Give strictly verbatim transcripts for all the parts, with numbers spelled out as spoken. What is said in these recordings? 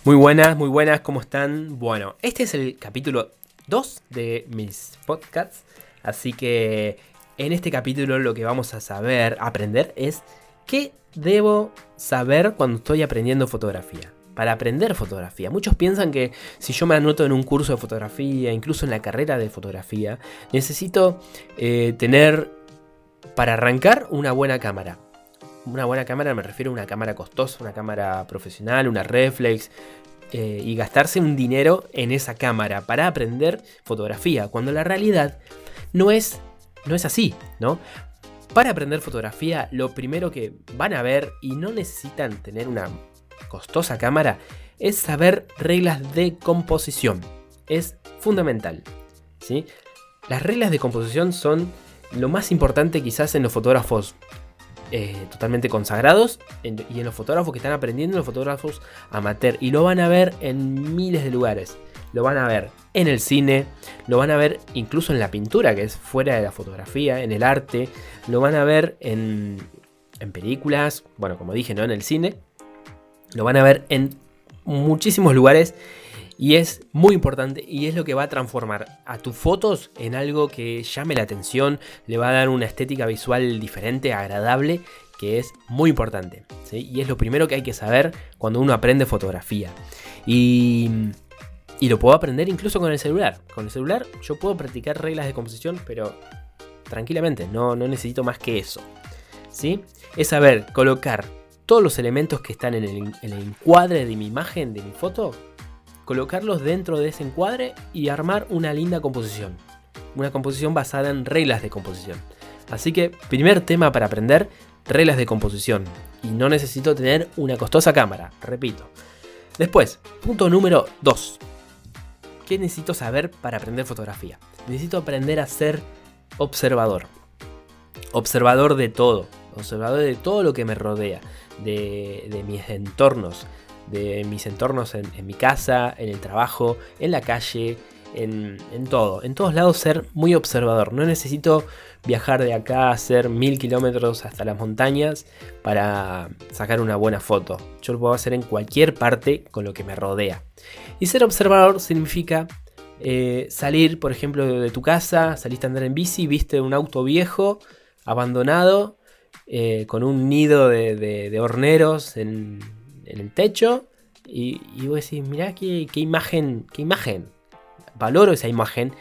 Muy buenas, muy buenas, ¿cómo están? Bueno, este es el capítulo dos de mis podcasts, así que en este capítulo lo que vamos a saber, aprender, es qué debo saber cuando estoy aprendiendo fotografía. Para aprender fotografía. Muchos piensan que si yo me anoto en un curso de fotografía, incluso en la carrera de fotografía, necesito eh, tener, para arrancar, una buena cámara. Una buena cámara me refiero a una cámara costosa, una cámara profesional, una reflex, eh, y gastarse un dinero en esa cámara para aprender fotografía, cuando la realidad no es, no es así, ¿no? Para aprender fotografía, lo primero que van a ver, y no necesitan tener una costosa cámara, es saber reglas de composición. Es fundamental, ¿sí? Las reglas de composición son lo más importante quizás en los fotógrafos eh, totalmente consagrados en, y en los fotógrafos que están aprendiendo, en los fotógrafos amateur, y lo van a ver en miles de lugares. Lo van a ver en el cine, lo van a ver incluso en la pintura, que es fuera de la fotografía, en el arte, lo van a ver en, en películas, bueno, como dije, ¿no? En el cine. Lo van a ver en muchísimos lugares y es muy importante y es lo que va a transformar a tus fotos en algo que llame la atención, le va a dar una estética visual diferente, agradable, que es muy importante, ¿sí? Y es lo primero que hay que saber cuando uno aprende fotografía. Y, y lo puedo aprender incluso con el celular. Con el celular yo puedo practicar reglas de composición, pero tranquilamente, no, no necesito más que eso, ¿sí? Es saber colocar todos los elementos que están en el, en el encuadre de mi imagen, de mi foto, colocarlos dentro de ese encuadre y armar una linda composición. Una composición basada en reglas de composición. Así que, primer tema para aprender, reglas de composición. Y no necesito tener una costosa cámara, repito. Después, punto número dos. ¿Qué necesito saber para aprender fotografía? Necesito aprender a ser observador. Observador de todo. Observador de todo lo que me rodea. De, de mis entornos, de mis entornos en, en mi casa, en el trabajo, en la calle, en, en todo, en todos lados ser muy observador. No necesito viajar de acá a hacer mil kilómetros hasta las montañas para sacar una buena foto. Yo lo puedo hacer en cualquier parte con lo que me rodea. Y ser observador significa eh, salir, por ejemplo, de tu casa, saliste a andar en bici, viste un auto viejo, abandonado, Eh, con un nido de, de, de horneros en, en el techo y, y vos decís, mirá qué, qué imagen, qué imagen, valoro esa imagen,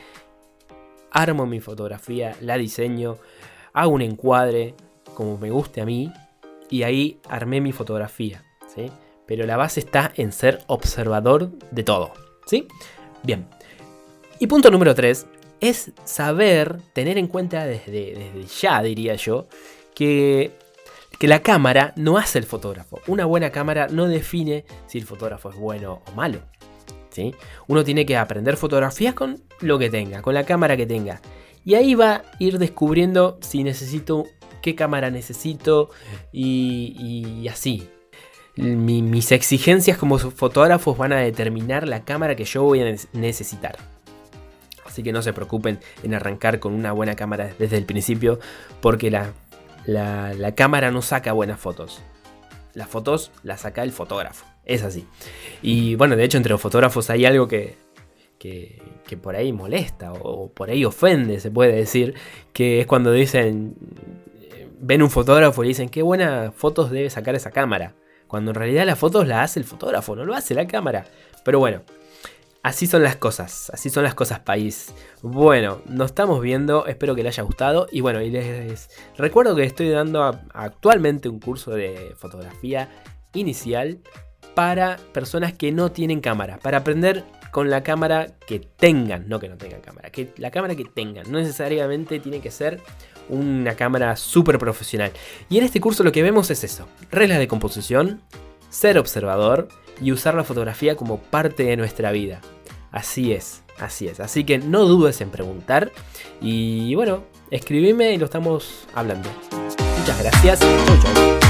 armo mi fotografía, la diseño, hago un encuadre como me guste a mí y ahí armé mi fotografía, ¿sí? Pero la base está en ser observador de todo, ¿sí? Bien, y punto número tres es saber, tener en cuenta desde, desde ya, diría yo, Que, que la cámara no hace el fotógrafo. Una buena cámara no define si el fotógrafo es bueno o malo, ¿sí? Uno tiene que aprender fotografía con lo que tenga, con la cámara que tenga. Y ahí va a ir descubriendo si necesito, qué cámara necesito y, y así. Mi, mis exigencias como fotógrafos van a determinar la cámara que yo voy a necesitar. Así que no se preocupen en arrancar con una buena cámara desde el principio, porque la... La, la cámara no saca buenas fotos. Las fotos las saca el fotógrafo. Es así. Y bueno, de hecho entre los fotógrafos hay algo que, que, que por ahí molesta o, o por ahí ofende, se puede decir. Que es cuando dicen, ven un fotógrafo y dicen, qué buenas fotos debe sacar esa cámara. Cuando en realidad las fotos las hace el fotógrafo, no lo hace la cámara. Pero bueno, así son las cosas, así son las cosas, país. Bueno, nos estamos viendo, espero que les haya gustado. Y bueno, y les recuerdo que estoy dando a, actualmente un curso de fotografía inicial para personas que no tienen cámara. Para aprender con la cámara que tengan, no que no tengan cámara, que la cámara que tengan. No necesariamente tiene que ser una cámara súper profesional. Y en este curso lo que vemos es eso, reglas de composición, ser observador y usar la fotografía como parte de nuestra vida. Así es, así es. Así que no dudes en preguntar. Y bueno, escribime y lo estamos hablando. Muchas gracias. Chau, chau.